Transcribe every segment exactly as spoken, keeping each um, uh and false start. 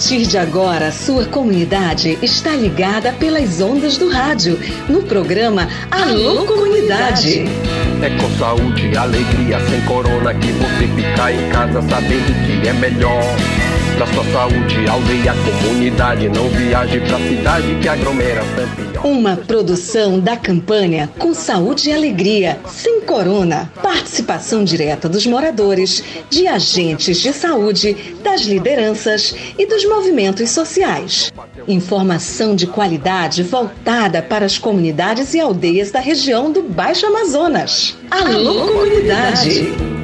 partir de agora, sua comunidade está ligada pelas ondas do rádio, no programa Alô Comunidade. É com saúde e alegria, sem corona, que você fica em casa sabendo que é melhor. Pra sua saúde, aldeia, comunidade, não viaje pra cidade que aglomera sempre. Uma produção da campanha Com Saúde e Alegria, sem corona. Participação direta dos moradores, de agentes de saúde, das lideranças e dos movimentos sociais. Informação de qualidade voltada para as comunidades e aldeias da região do Baixo Amazonas. Alô, Alô Comunidade! comunidade.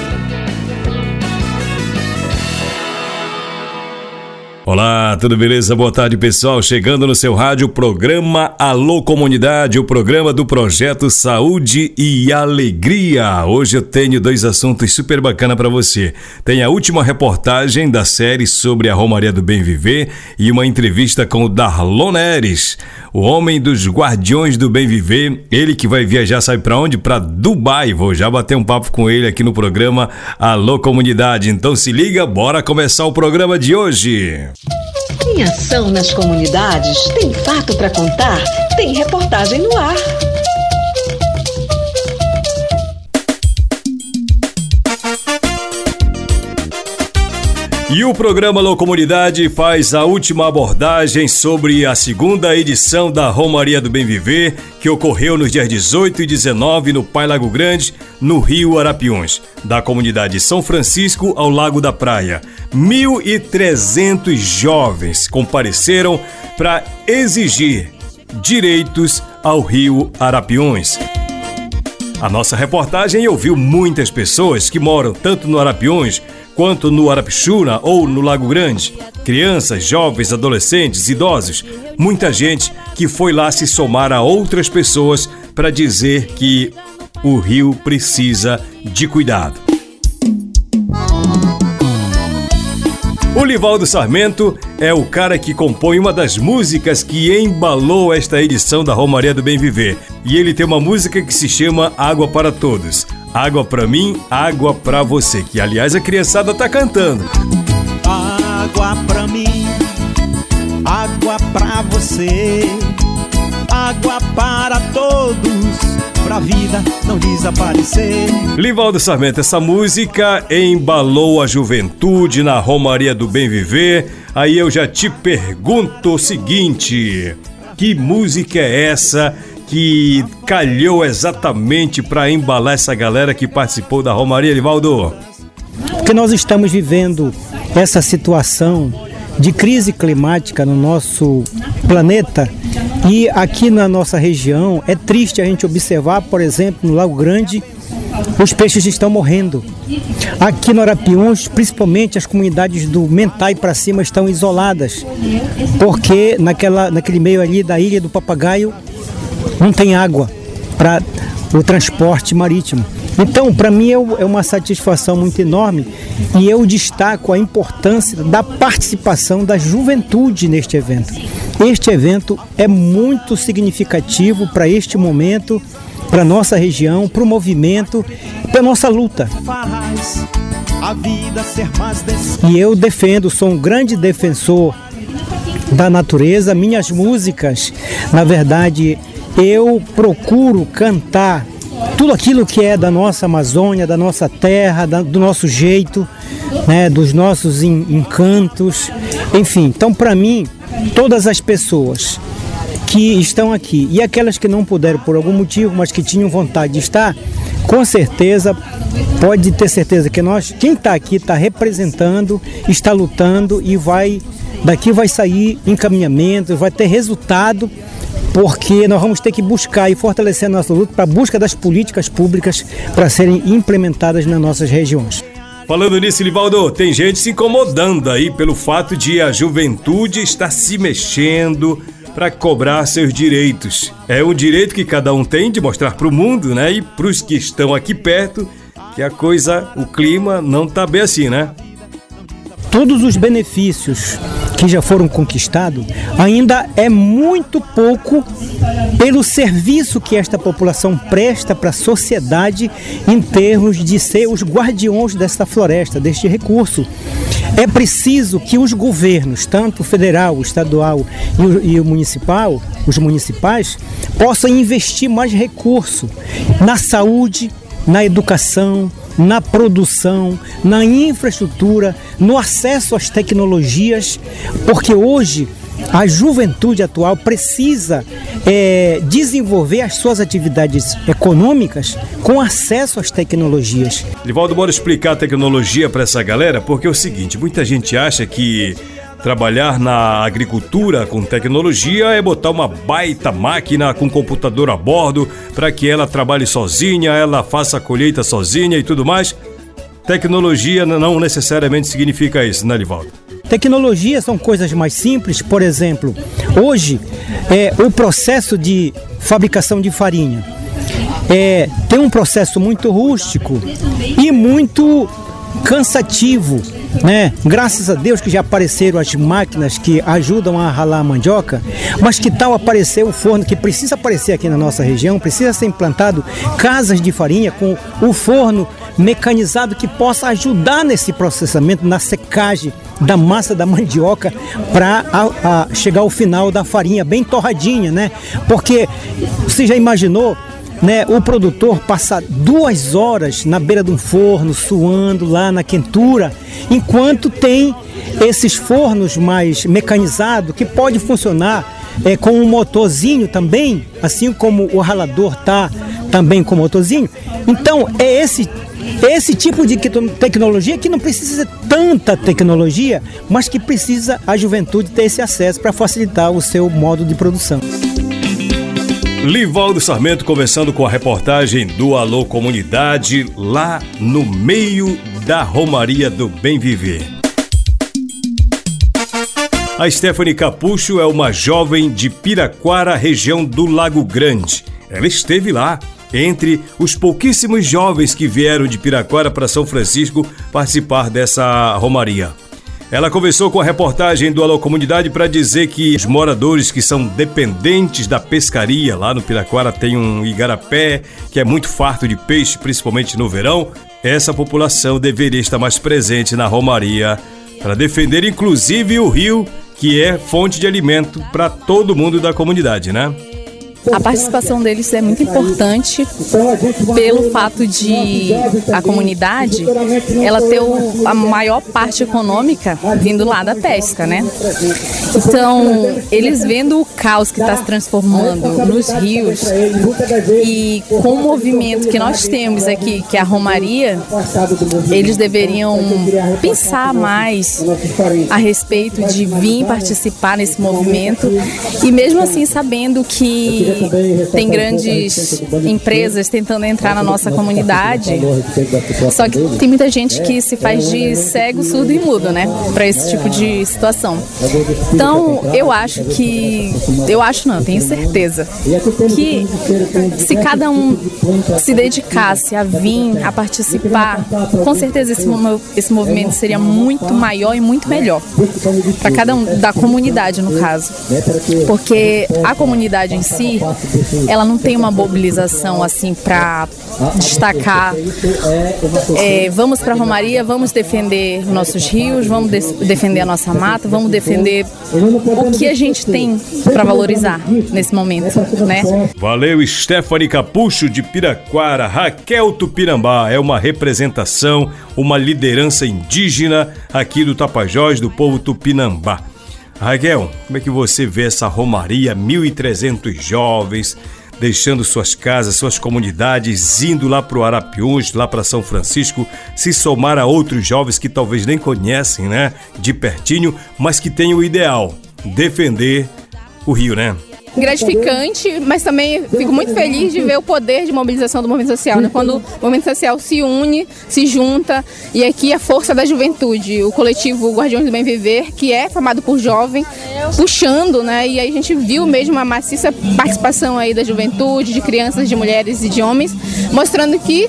Olá, tudo beleza? Boa tarde, pessoal. Chegando no seu rádio, programa Alô Comunidade, o programa do projeto Saúde e Alegria. Hoje eu tenho dois assuntos super bacana para você. Tem a última reportagem da série sobre a Romaria do Bem Viver e uma entrevista com o Darlon Neres, o homem dos Guardiões do Bem Viver. Ele que vai viajar, sabe para onde? Para Dubai. Vou já bater um papo com ele aqui no programa Alô Comunidade. Então se liga, bora começar o programa de hoje. Tem ação nas comunidades? Tem fato para contar? Tem reportagem no ar. E o programa Alô Comunidade faz a última abordagem sobre a segunda edição da Romaria do Bem Viver, que ocorreu nos dias dezoito e dezenove no Pai Lago Grande, no Rio Arapiuns, da comunidade São Francisco ao Lago da Praia. mil e trezentos jovens compareceram para exigir direitos ao Rio Arapiuns. A nossa reportagem ouviu muitas pessoas que moram tanto no Arapiuns quanto no Arapixuna ou no Lago Grande. Crianças, jovens, adolescentes, idosos. Muita gente que foi lá se somar a outras pessoas para dizer que o rio precisa de cuidado. O Livaldo Sarmento é o cara que compõe uma das músicas que embalou esta edição da Romaria do Bem Viver. E ele tem uma música que se chama Água para Todos. Água pra mim, água pra você, que aliás a criançada tá cantando. Água pra mim, água pra você, água para todos, pra vida não desaparecer. Livaldo Sarmento, essa música embalou a juventude na Romaria do Bem Viver. Aí eu já te pergunto o seguinte: que música é essa que calhou exatamente para embalar essa galera que participou da Romaria, Livaldo? Porque nós estamos vivendo essa situação de crise climática no nosso planeta e aqui na nossa região é triste a gente observar, por exemplo, no Lago Grande, os peixes estão morrendo. Aqui no Arapiuns, principalmente as comunidades do Mentai para cima estão isoladas, porque naquela, naquele meio ali da Ilha do Papagaio não tem água para o transporte marítimo. Então, para mim é uma satisfação muito enorme e eu destaco a importância da participação da juventude neste evento. Este evento é muito significativo para este momento, para a nossa região, para o movimento, para a nossa luta. E eu defendo, sou um grande defensor da natureza. Minhas músicas, na verdade, eu procuro cantar tudo aquilo que é da nossa Amazônia, da nossa terra, da, do nosso jeito, né, dos nossos en, encantos, enfim. Então, para mim, todas as pessoas que estão aqui e aquelas que não puderam por algum motivo, mas que tinham vontade de estar, com certeza, pode ter certeza que nós, quem está aqui, está representando, está lutando e vai, daqui vai sair encaminhamento, vai ter resultado, porque nós vamos ter que buscar e fortalecer a nossa luta para a busca das políticas públicas para serem implementadas nas nossas regiões. Falando nisso, Livaldo, tem gente se incomodando aí pelo fato de a juventude estar se mexendo para cobrar seus direitos. É um direito que cada um tem de mostrar para o mundo, né? E para os que estão aqui perto, que a coisa, o clima não está bem assim, né? Todos os benefícios que já foram conquistados, ainda é muito pouco pelo serviço que esta população presta para a sociedade em termos de ser os guardiões desta floresta, deste recurso. É preciso que os governos, tanto o federal, o estadual e o, e o municipal, os municipais, possam investir mais recursos na saúde, na educação, na produção, na infraestrutura, no acesso às tecnologias, porque hoje a juventude atual precisa é, desenvolver as suas atividades econômicas com acesso às tecnologias. Livaldo, bora explicar a tecnologia para essa galera, porque é o seguinte, muita gente acha que trabalhar na agricultura com tecnologia é botar uma baita máquina com computador a bordo para que ela trabalhe sozinha, ela faça a colheita sozinha e tudo mais. Tecnologia não necessariamente significa isso, né, Livaldo? Tecnologia são coisas mais simples, por exemplo, hoje é, o processo de fabricação de farinha é, tem um processo muito rústico e muito cansativo, né? Graças a Deus que já apareceram as máquinas que ajudam a ralar a mandioca, mas que tal aparecer o forno, que precisa aparecer aqui na nossa região, precisa ser implantado casas de farinha com o forno mecanizado que possa ajudar nesse processamento, na secagem da massa da mandioca para chegar ao final da farinha bem torradinha, né? Porque você já imaginou, né, o produtor passar duas horas na beira de um forno, suando lá na quentura, enquanto tem esses fornos mais mecanizados que pode funcionar é, com um motorzinho também, assim como o ralador tá também com motorzinho. Então é esse esse tipo de tecnologia que não precisa ser tanta tecnologia, mas que precisa a juventude ter esse acesso para facilitar o seu modo de produção. Livaldo Sarmento conversando com a reportagem do Alô Comunidade, lá no meio da Romaria do Bem Viver. A Stephanie Capucho é uma jovem de Piraquara, região do Lago Grande. Ela esteve lá, entre os pouquíssimos jovens que vieram de Piraquara para São Francisco participar dessa romaria. Ela conversou com a reportagem do Alô Comunidade para dizer que os moradores que são dependentes da pescaria, lá no Piraquara tem um igarapé que é muito farto de peixe, principalmente no verão. Essa população deveria estar mais presente na romaria para defender inclusive o rio, que é fonte de alimento para todo mundo da comunidade, né? A participação deles é muito importante pelo fato de a comunidade ela ter o, a maior parte econômica vindo lá da pesca, né? Então, eles vendo o caos que está se transformando nos rios e com o movimento que nós temos aqui, que é a romaria, eles deveriam pensar mais a respeito de vir participar nesse movimento e mesmo assim sabendo que tem grandes empresas tentando entrar na nossa comunidade, só que tem muita gente que se faz de cego, surdo e mudo, né, para esse tipo de situação. Então, eu acho que, eu acho não, eu tenho certeza que se cada um se dedicasse a vir, a participar, com certeza esse, esse movimento seria muito maior e muito melhor para cada um, da comunidade no caso, porque a comunidade em si, ela não tem uma mobilização assim para destacar, é, vamos para a romaria, vamos defender nossos rios, vamos de- defender a nossa mata, vamos defender o que a gente tem para valorizar nesse momento, né? Valeu, Stephanie Capucho de Piraquara. Raquel Tupinambá é uma representação, uma liderança indígena aqui do Tapajós, do povo Tupinambá. Raquel, como é que você vê essa romaria, mil e trezentos jovens deixando suas casas, suas comunidades, indo lá para o Arapiuns, lá para São Francisco, se somar a outros jovens que talvez nem conhecem, né, de pertinho, mas que têm o ideal, defender o rio, né? Gratificante, mas também fico muito feliz de ver o poder de mobilização do movimento social, né? Quando o movimento social se une, se junta, e aqui a força da juventude, o coletivo Guardiões do Bem Viver, que é formado por jovem, puxando, né? E aí a gente viu mesmo uma maciça participação aí da juventude, de crianças, de mulheres e de homens, mostrando que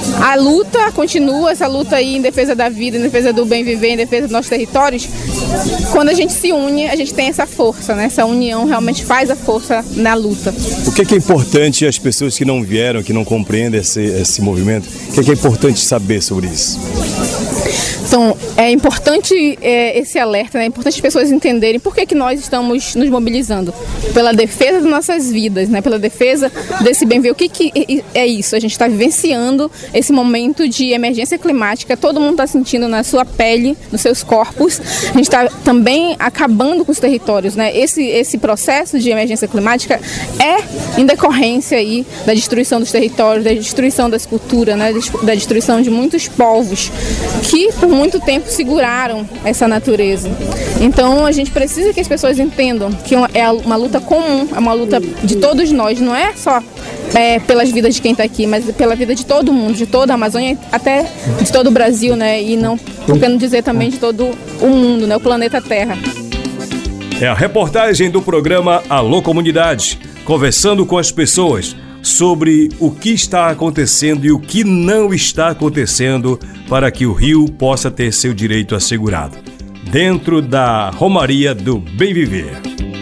a luta continua, essa luta aí em defesa da vida, em defesa do bem viver, em defesa dos nossos territórios. Quando a gente se une, a gente tem essa força, né? Essa união realmente faz a força na luta. O que é, que é importante as pessoas que não vieram, que não compreendem esse, esse movimento, o que é, que é importante saber sobre isso? Então, é importante é, esse alerta, né? É importante as pessoas entenderem por que, que nós estamos nos mobilizando. Pela defesa das nossas vidas, né? Pela defesa desse bem-viver. O que, que é isso? A gente está vivenciando esse momento de emergência climática, todo mundo está sentindo na sua pele, nos seus corpos. A gente está também acabando com os territórios, né? Esse, esse processo de emergência climática é em decorrência aí da destruição dos territórios, da destruição das culturas, né? Da destruição de muitos povos que, por muito tempo, seguraram essa natureza. Então a gente precisa que as pessoas entendam que é uma luta comum, é uma luta de todos nós, não é só é, pelas vidas de quem está aqui, mas pela vida de todo mundo, de toda a Amazônia, até de todo o Brasil, né? E não, por que não dizer também de todo o mundo, né? O planeta Terra. É a reportagem do programa Alô Comunidade, conversando com as pessoas sobre o que está acontecendo e o que não está acontecendo para que o Rio possa ter seu direito assegurado, dentro da Romaria do Bem Viver.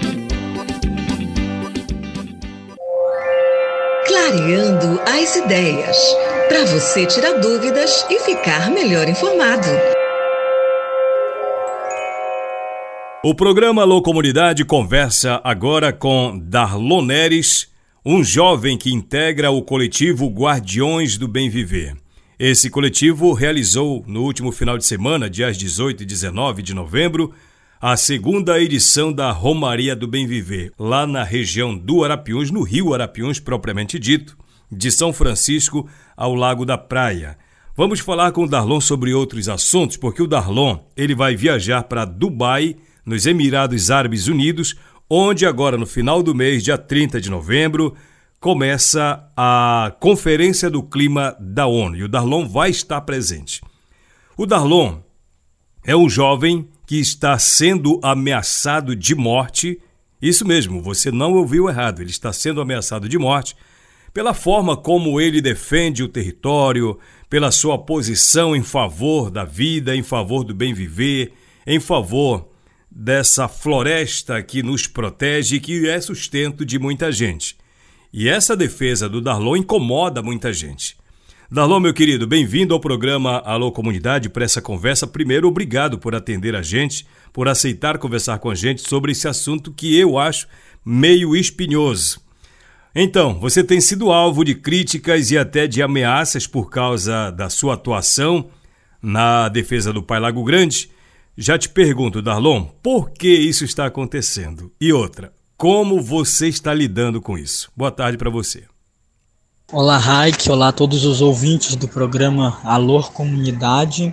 Clareando as ideias, para você tirar dúvidas e ficar melhor informado. O programa Alô Comunidade conversa agora com Darlon Neres, um jovem que integra o coletivo Guardiões do Bem Viver. Esse coletivo realizou no último final de semana, dias dezoito e dezenove de novembro, a segunda edição da Romaria do Bem Viver, lá na região do Arapiuns, no Rio Arapiuns propriamente dito, de São Francisco ao Lago da Praia. Vamos falar com o Darlon sobre outros assuntos, porque o Darlon ele vai viajar para Dubai, nos Emirados Árabes Unidos, onde agora no final do mês, dia trinta de novembro, começa a Conferência do Clima da ONU e o Darlon vai estar presente. O Darlon é um jovem que está sendo ameaçado de morte, isso mesmo, você não ouviu errado, ele está sendo ameaçado de morte pela forma como ele defende o território, pela sua posição em favor da vida, em favor do bem viver, em favor dessa floresta que nos protege e que é sustento de muita gente. E essa defesa do Darlon incomoda muita gente. Darlon, meu querido, bem-vindo ao programa Alô Comunidade para essa conversa. Primeiro, obrigado por atender a gente, por aceitar conversar com a gente sobre esse assunto que eu acho meio espinhoso. Então, você tem sido alvo de críticas e até de ameaças por causa da sua atuação na defesa do Pai Lago Grande. Já te pergunto, Darlon, por que isso está acontecendo? E outra, como você está lidando com isso? Boa tarde para você. Olá, Raik. Olá a todos os ouvintes do programa Alô Comunidade.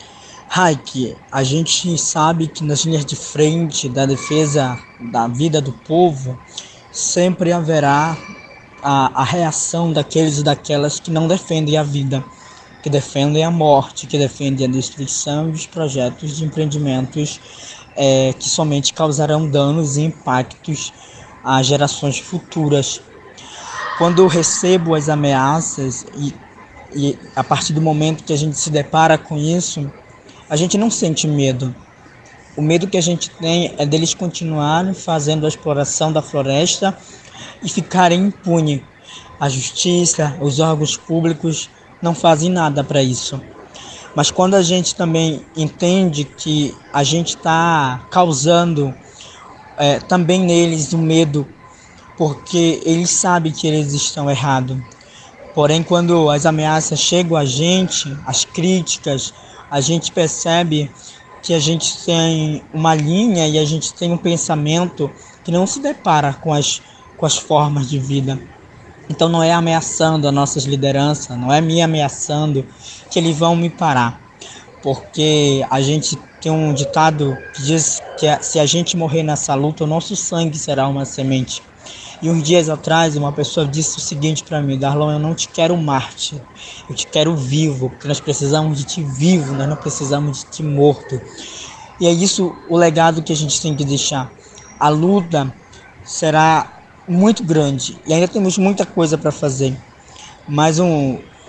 Raik, a gente sabe que nas linhas de frente da defesa da vida do povo, sempre haverá a, a reação daqueles e daquelas que não defendem a vida, que defendem a morte, que defendem a destruição e os projetos de empreendimentos é, que somente causarão danos e impactos às gerações futuras. Quando eu recebo as ameaças e, e a partir do momento que a gente se depara com isso, a gente não sente medo. O medo que a gente tem é deles continuarem fazendo a exploração da floresta e ficarem impunes. A justiça, os órgãos públicos não fazem nada para isso. Mas quando a gente também entende que a gente está causando é, também neles o medo, porque eles sabem que eles estão errados. Porém, quando as ameaças chegam a gente, as críticas, a gente percebe que a gente tem uma linha e a gente tem um pensamento que não se depara com as, com as formas de vida. Então não é ameaçando as nossas lideranças, não é me ameaçando que eles vão me parar. Porque a gente tem um ditado que diz que se a gente morrer nessa luta, o nosso sangue será uma semente. E uns dias atrás uma pessoa disse o seguinte para mim: Darlon, eu não te quero mártir, eu te quero vivo, porque nós precisamos de ti vivo, nós não precisamos de ti morto. E é isso o legado que a gente tem que deixar. A luta será muito grande e ainda temos muita coisa para fazer, mas um,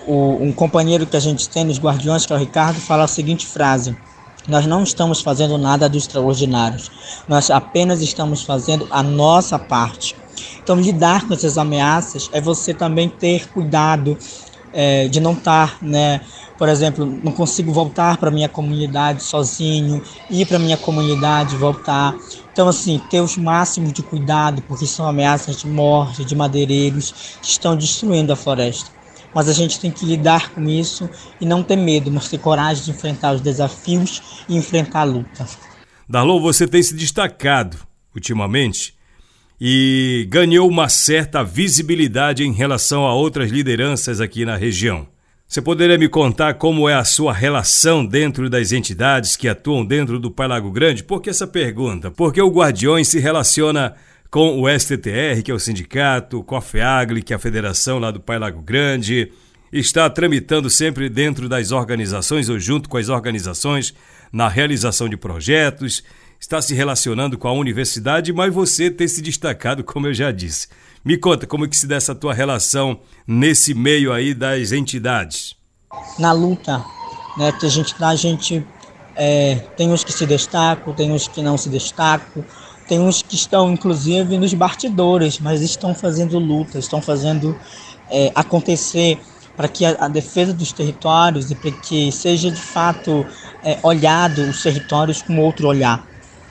o, um companheiro que a gente tem nos Guardiões, que é o Ricardo, fala a seguinte frase: nós não estamos fazendo nada do extraordinário, nós apenas estamos fazendo a nossa parte. Então, lidar com essas ameaças é você também ter cuidado é, de não estar, né, por exemplo, não consigo voltar para minha comunidade sozinho, ir para minha comunidade, voltar. Então, assim, ter os máximos de cuidado, porque são ameaças de morte, de madeireiros que estão destruindo a floresta. Mas a gente tem que lidar com isso e não ter medo, mas ter coragem de enfrentar os desafios e enfrentar a luta. Darlon, você tem se destacado ultimamente e ganhou uma certa visibilidade em relação a outras lideranças aqui na região. Você poderia me contar como é a sua relação dentro das entidades que atuam dentro do Pai Lago Grande? Por que essa pergunta? Porque o Guardiões se relaciona com o S T T R, que é o sindicato, com a FEAGLE, que é a federação lá do Pai Lago Grande, está tramitando sempre dentro das organizações ou junto com as organizações na realização de projetos, está se relacionando com a universidade, mas você tem se destacado, como eu já disse. Me conta como é que se dá essa tua relação nesse meio aí das entidades. Na luta, né, que a gente, a gente é, tem uns que se destacam, tem uns que não se destacam, tem uns que estão, inclusive, nos bastidores, mas estão fazendo luta, estão fazendo é, acontecer para que a, a defesa dos territórios e para que seja, de fato, é, olhado os territórios com outro olhar.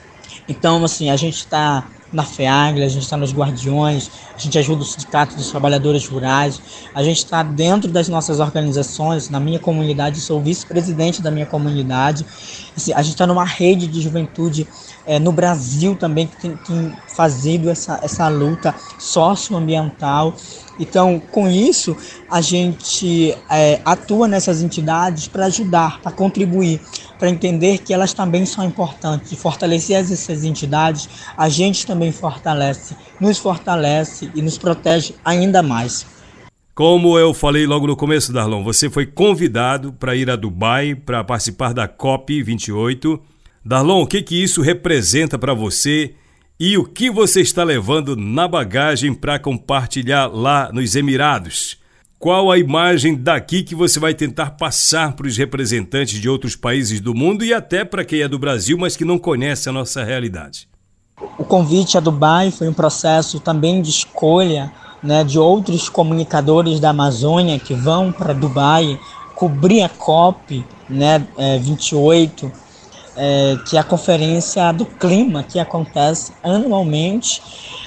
Então, assim, a gente está na FEAGLE, a gente está nos Guardiões, a gente ajuda o Sindicato dos Trabalhadores Rurais, a gente está dentro das nossas organizações. Na minha comunidade, sou vice-presidente da minha comunidade. Assim, a gente está numa rede de juventude é, no Brasil também, que tem, tem fazido essa, essa luta socioambiental. Então, com isso, a gente é, atua nessas entidades para ajudar, para contribuir, para entender que elas também são importantes. E fortalecer essas entidades, a gente também fortalece, nos fortalece e nos protege ainda mais. Como eu falei logo no começo, Darlon, você foi convidado para ir a Dubai para participar da COP vinte e oito. Darlon, o que, que isso representa para você? E o que você está levando na bagagem para compartilhar lá nos Emirados? Qual a imagem daqui que você vai tentar passar para os representantes de outros países do mundo e até para quem é do Brasil, mas que não conhece a nossa realidade? O convite a Dubai foi um processo também de escolha, né, de outros comunicadores da Amazônia que vão para Dubai cobrir a COP, né, é, vinte e oito. É, que é a conferência do clima que acontece anualmente,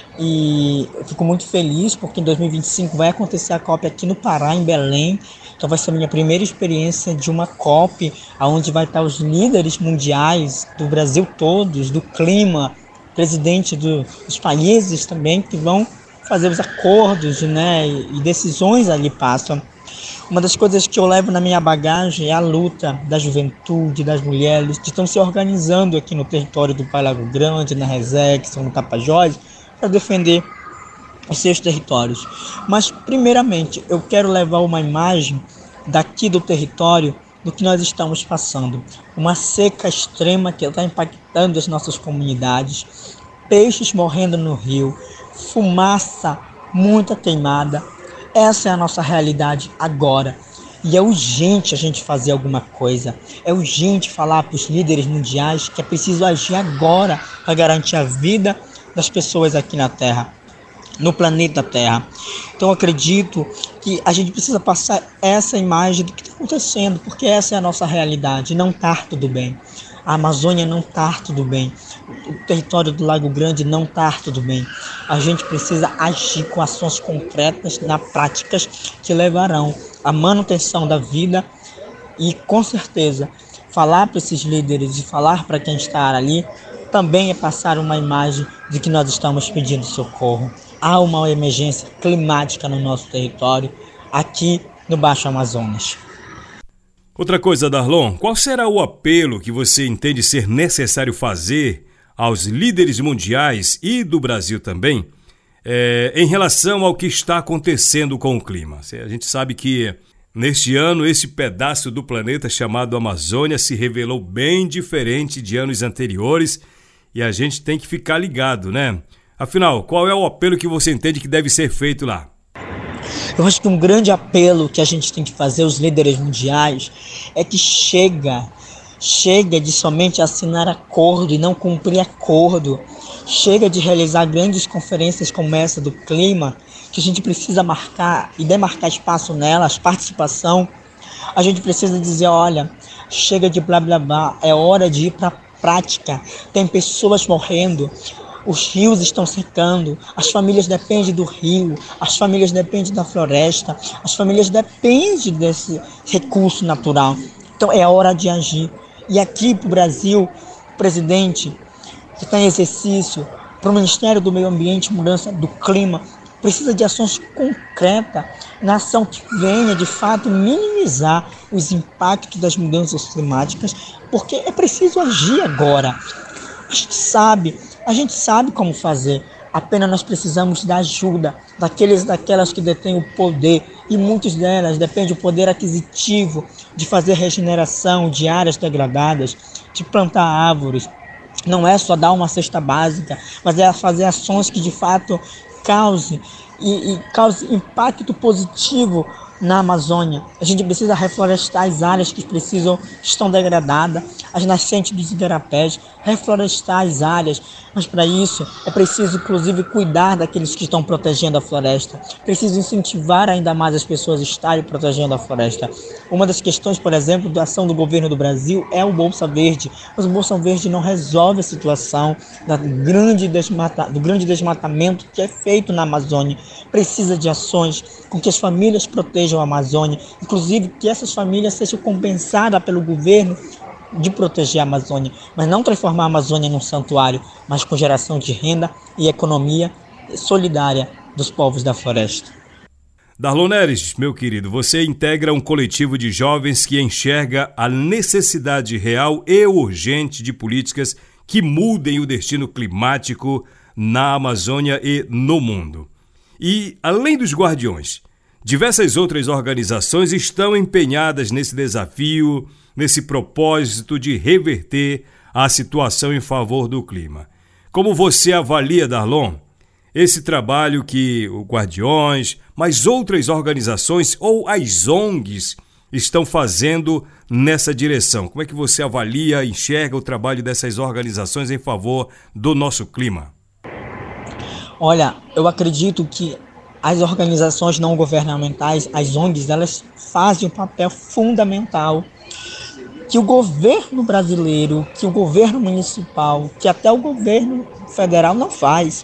e eu fico muito feliz porque em dois mil e vinte e cinco vai acontecer a COP aqui no Pará, em Belém. Então vai ser a minha primeira experiência de uma COP, onde vai estar os líderes mundiais do Brasil todos, do clima, presidente do, dos países também, que vão fazer os acordos, né, e, e decisões ali passam. Uma das coisas que eu levo na minha bagagem é a luta da juventude, das mulheres que estão se organizando aqui no território do Pai Lago Grande, na Resex, no Tapajós, para defender os seus territórios. Mas, primeiramente, eu quero levar uma imagem daqui do território do que nós estamos passando. Uma seca extrema que está impactando as nossas comunidades, peixes morrendo no rio, fumaça, muita queimada. Essa é a nossa realidade agora. E é urgente a gente fazer alguma coisa. É urgente falar para os líderes mundiais que é preciso agir agora para garantir a vida das pessoas aqui na Terra, no planeta Terra. Então eu acredito que a gente precisa passar essa imagem do que está acontecendo, porque essa é a nossa realidade. Não está tudo bem. A Amazônia não está tudo bem. O território do Lago Grande não está tudo bem. A gente precisa agir com ações concretas na práticas que levarão à manutenção da vida e, com certeza, falar para esses líderes e falar para quem está ali também é passar uma imagem de que nós estamos pedindo socorro. Há uma emergência climática no nosso território, aqui no Baixo Amazonas. Outra coisa, Darlon, qual será o apelo que você entende ser necessário fazer aos líderes mundiais e do Brasil também, é, em relação ao que está acontecendo com o clima? A gente sabe que neste ano esse pedaço do planeta chamado Amazônia se revelou bem diferente de anos anteriores e a gente tem que ficar ligado, né? Afinal, qual é o apelo que você entende que deve ser feito lá? Eu acho que um grande apelo que a gente tem que fazer, os líderes mundiais, é que chega, chega de somente assinar acordo e não cumprir acordo. Chega de realizar grandes conferências como essa do clima, que a gente precisa marcar e demarcar espaço nelas, participação. A gente precisa dizer, olha, chega de blá blá blá, é hora de ir para a prática. Tem pessoas morrendo, os rios estão secando, as famílias dependem do rio, as famílias dependem da floresta, as famílias dependem desse recurso natural. Então é hora de agir. E aqui para o Brasil, o presidente que está em exercício, para o Ministério do Meio Ambiente e Mudança do Clima, precisa de ações concretas, na ação que venha, de fato, minimizar os impactos das mudanças climáticas, porque é preciso agir agora. A gente sabe, a gente sabe como fazer, apenas nós precisamos da ajuda daqueles daquelas que detêm o poder, e muitas delas dependem do poder aquisitivo de fazer regeneração de áreas degradadas, de plantar árvores. Não é só dar uma cesta básica, mas é fazer ações que de fato cause e, e cause impacto positivo na Amazônia. A gente precisa reflorestar as áreas que precisam, estão degradadas, as nascentes dos igarapés, reflorestar as áreas, mas para isso é preciso inclusive cuidar daqueles que estão protegendo a floresta, preciso incentivar ainda mais as pessoas a estarem protegendo a floresta. Uma das questões, por exemplo, da ação do governo do Brasil é o Bolsa Verde, mas o Bolsa Verde não resolve a situação da grande desmata, do grande desmatamento que é feito na Amazônia. Precisa de ações com que as famílias protejam a Amazônia, inclusive que essas famílias sejam compensadas pelo governo de proteger a Amazônia, mas não transformar a Amazônia num santuário, mas com geração de renda e economia solidária dos povos da floresta. Darlon Neres, meu querido, você integra um coletivo de jovens que enxerga a necessidade real e urgente de políticas que mudem o destino climático na Amazônia e no mundo. E, além dos Guardiões, diversas outras organizações estão empenhadas nesse desafio, nesse propósito de reverter a situação em favor do clima. Como você avalia, Darlon, esse trabalho que o Guardiões, mas outras organizações ou as O N Gs estão fazendo nessa direção? Como é que você avalia, enxerga o trabalho dessas organizações em favor do nosso clima? Olha, eu acredito que as organizações não governamentais, as O N Gs, elas fazem um papel fundamental que o governo brasileiro, que o governo municipal, que até o governo federal não faz.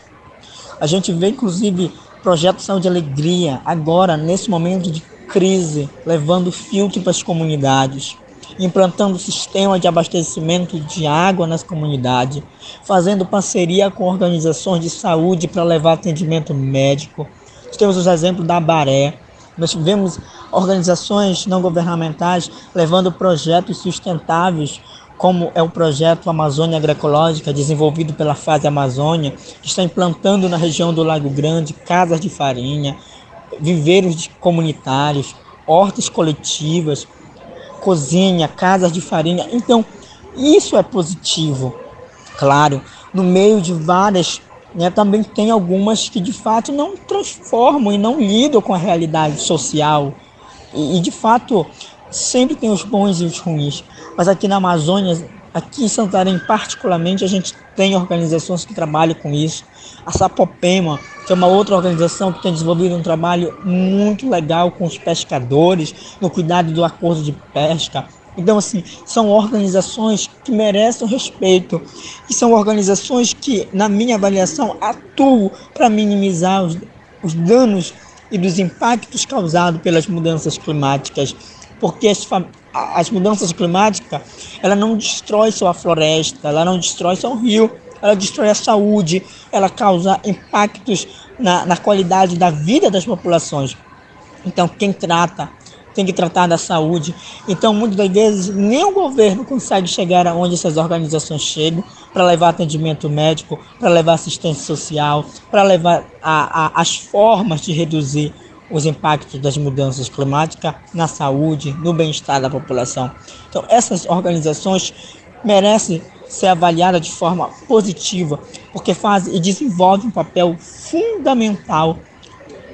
A gente vê, inclusive, o projeto Saúde e Alegria, agora, nesse momento de crise, levando filtro para as comunidades, implantando sistema de abastecimento de água nas comunidades, fazendo parceria com organizações de saúde para levar atendimento médico. Nós temos os exemplos da Baré. Nós tivemos organizações não governamentais levando projetos sustentáveis, como é o projeto Amazônia Agroecológica, desenvolvido pela Fase Amazônia, que está implantando na região do Lago Grande casas de farinha, viveiros comunitários, hortas coletivas, cozinha, casas de farinha. Então, isso é positivo. Claro, no meio de várias, né, também tem algumas que de fato não transformam e não lidam com a realidade social. E, e de fato, sempre tem os bons e os ruins. Mas aqui na Amazônia, aqui em Santarém particularmente, a gente tem organizações que trabalham com isso. A Sapopema, que é uma outra organização que tem desenvolvido um trabalho muito legal com os pescadores, no cuidado do acordo de pesca. Então, assim, são organizações que merecem respeito e são organizações que, na minha avaliação, atuam para minimizar os, os danos e dos impactos causados pelas mudanças climáticas, porque as, as mudanças climáticas, ela não destrói só a floresta, ela não destrói só o rio, ela destrói a saúde, ela causa impactos na, na qualidade da vida das populações. Então, quem trata tem que tratar da saúde. Então, muitas das vezes, nem o governo consegue chegar aonde essas organizações chegam para levar atendimento médico, para levar assistência social, para levar a, a, as formas de reduzir os impactos das mudanças climáticas na saúde, no bem-estar da população. Então, essas organizações merecem ser avaliadas de forma positiva, porque fazem e desenvolvem um papel fundamental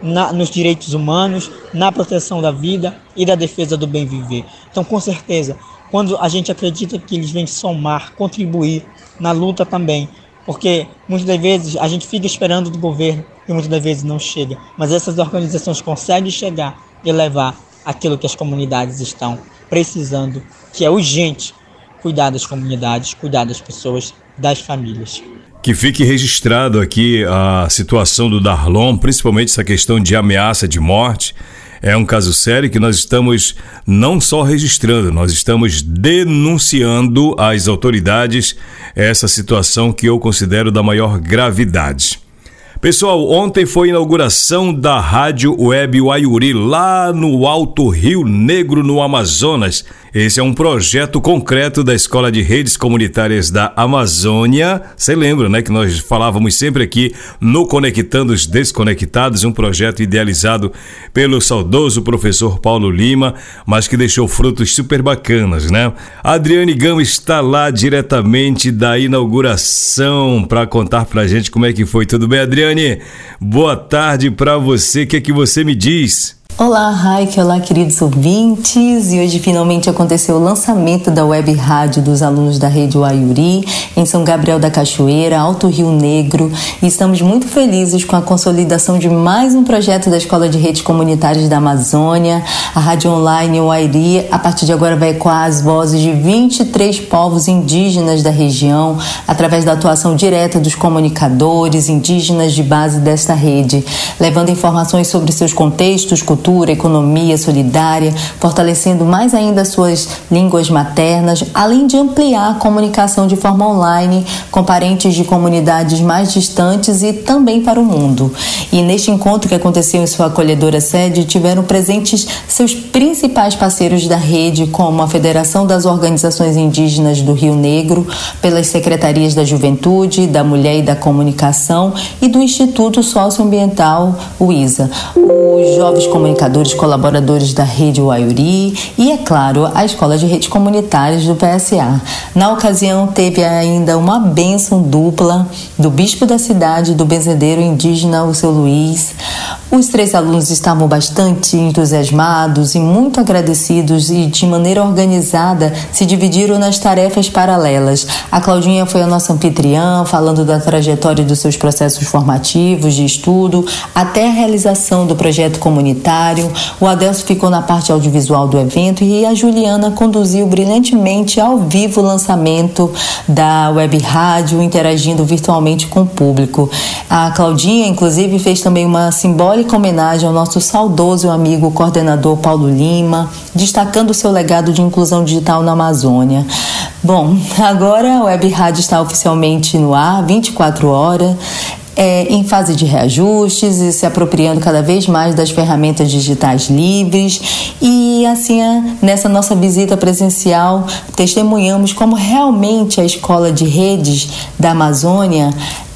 na, nos direitos humanos, na proteção da vida e da defesa do bem viver. Então, com certeza, quando a gente acredita que eles vêm somar, contribuir na luta também, porque muitas das vezes a gente fica esperando do governo e muitas das vezes não chega, mas essas organizações conseguem chegar e levar aquilo que as comunidades estão precisando, que é urgente, cuidar das comunidades, cuidar das pessoas, das famílias. Que fique registrado aqui a situação do Darlon, principalmente essa questão de ameaça de morte. É um caso sério que nós estamos não só registrando, nós estamos denunciando às autoridades essa situação que eu considero da maior gravidade. Pessoal, ontem foi a inauguração da Rádio Web Uaiuri, lá no Alto Rio Negro, no Amazonas. Esse é um projeto concreto da Escola de Redes Comunitárias da Amazônia. Você lembra, né, que nós falávamos sempre aqui no Conectando os Desconectados, um projeto idealizado pelo saudoso professor Paulo Lima, mas que deixou frutos super bacanas, né? A Adriane Gama está lá diretamente da inauguração para contar pra gente como é que foi. Tudo bem, Adriane? Boa tarde para você, o que é que você me diz? Olá, Raik, olá, queridos ouvintes, e hoje finalmente aconteceu o lançamento da web rádio dos alunos da Rede Uaiuri em São Gabriel da Cachoeira, Alto Rio Negro, e estamos muito felizes com a consolidação de mais um projeto da Escola de Redes Comunitárias da Amazônia. A Rádio Online Uaiuri, a partir de agora, vai ecoar as vozes de vinte e três povos indígenas da região, através da atuação direta dos comunicadores indígenas de base desta rede, levando informações sobre seus contextos, cultura, economia solidária, fortalecendo mais ainda suas línguas maternas, além de ampliar a comunicação de forma online com parentes de comunidades mais distantes e também para o mundo. E neste encontro que aconteceu em sua acolhedora sede, tiveram presentes seus principais parceiros da rede, como a Federação das Organizações Indígenas do Rio Negro, pelas Secretarias da Juventude, da Mulher e da Comunicação e do Instituto Socioambiental, o I S A, os jovens comunicadores comunicadores colaboradores da Rede Uaiuri e, é claro, a Escola de Redes Comunitárias do P S A. Na ocasião, teve ainda uma bênção dupla do bispo da cidade, do benzedeiro indígena, o seu Luiz. Os três alunos estavam bastante entusiasmados e muito agradecidos e, de maneira organizada, se dividiram nas tarefas paralelas. A Claudinha foi a nossa anfitriã, falando da trajetória dos seus processos formativos de estudo até a realização do projeto comunitário. O Adelso ficou na parte audiovisual do evento e a Juliana conduziu brilhantemente ao vivo o lançamento da web rádio, interagindo virtualmente com o público. A Claudinha, inclusive, fez também uma simbólica homenagem ao nosso saudoso amigo coordenador Paulo Lima, destacando seu legado de inclusão digital na Amazônia. Bom, agora a web rádio está oficialmente no ar, vinte e quatro horas. É, em fase de reajustes e se apropriando cada vez mais das ferramentas digitais livres, e assim, nessa nossa visita presencial, testemunhamos como realmente a Escola de Redes da Amazônia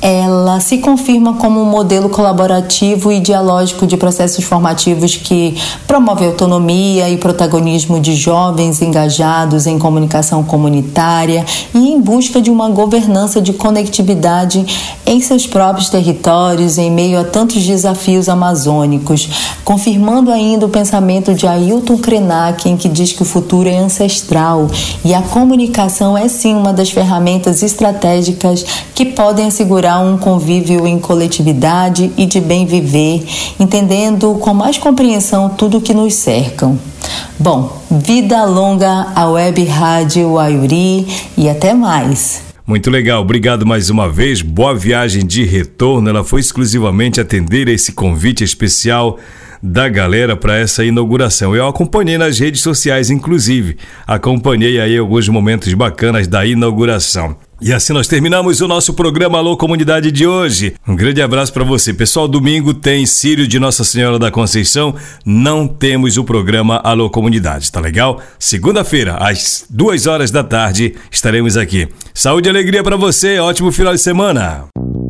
ela se confirma como um modelo colaborativo e dialógico de processos formativos que promove autonomia e protagonismo de jovens engajados em comunicação comunitária e em busca de uma governança de conectividade em seus próprios territórios, em meio a tantos desafios amazônicos, confirmando ainda o pensamento de Ailton Krenak, em que diz que o futuro é ancestral e a comunicação é sim uma das ferramentas estratégicas que podem assegurar um convívio em coletividade e de bem viver, entendendo com mais compreensão tudo que nos cercam. Bom, vida longa à Web Rádio Uaiuri e até mais. Muito legal, obrigado mais uma vez, boa viagem de retorno. Ela foi exclusivamente atender a esse convite especial da galera para essa inauguração. Eu acompanhei nas redes sociais, inclusive, acompanhei aí alguns momentos bacanas da inauguração. E assim nós terminamos o nosso programa Alô Comunidade de hoje. Um grande abraço para você. Pessoal, domingo tem Círio de Nossa Senhora da Conceição. Não temos o programa Alô Comunidade, tá legal? Segunda-feira, às duas horas da tarde, estaremos aqui. Saúde e alegria para você. Ótimo final de semana.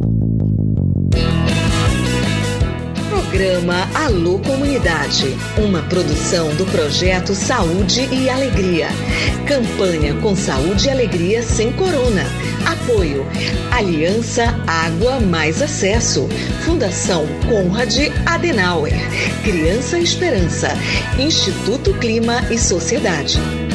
Programa Alô Comunidade, uma produção do projeto Saúde e Alegria. Campanha com saúde e alegria sem corona. Apoio: Aliança Água Mais Acesso, Fundação Konrad Adenauer, Criança Esperança, Instituto Clima e Sociedade.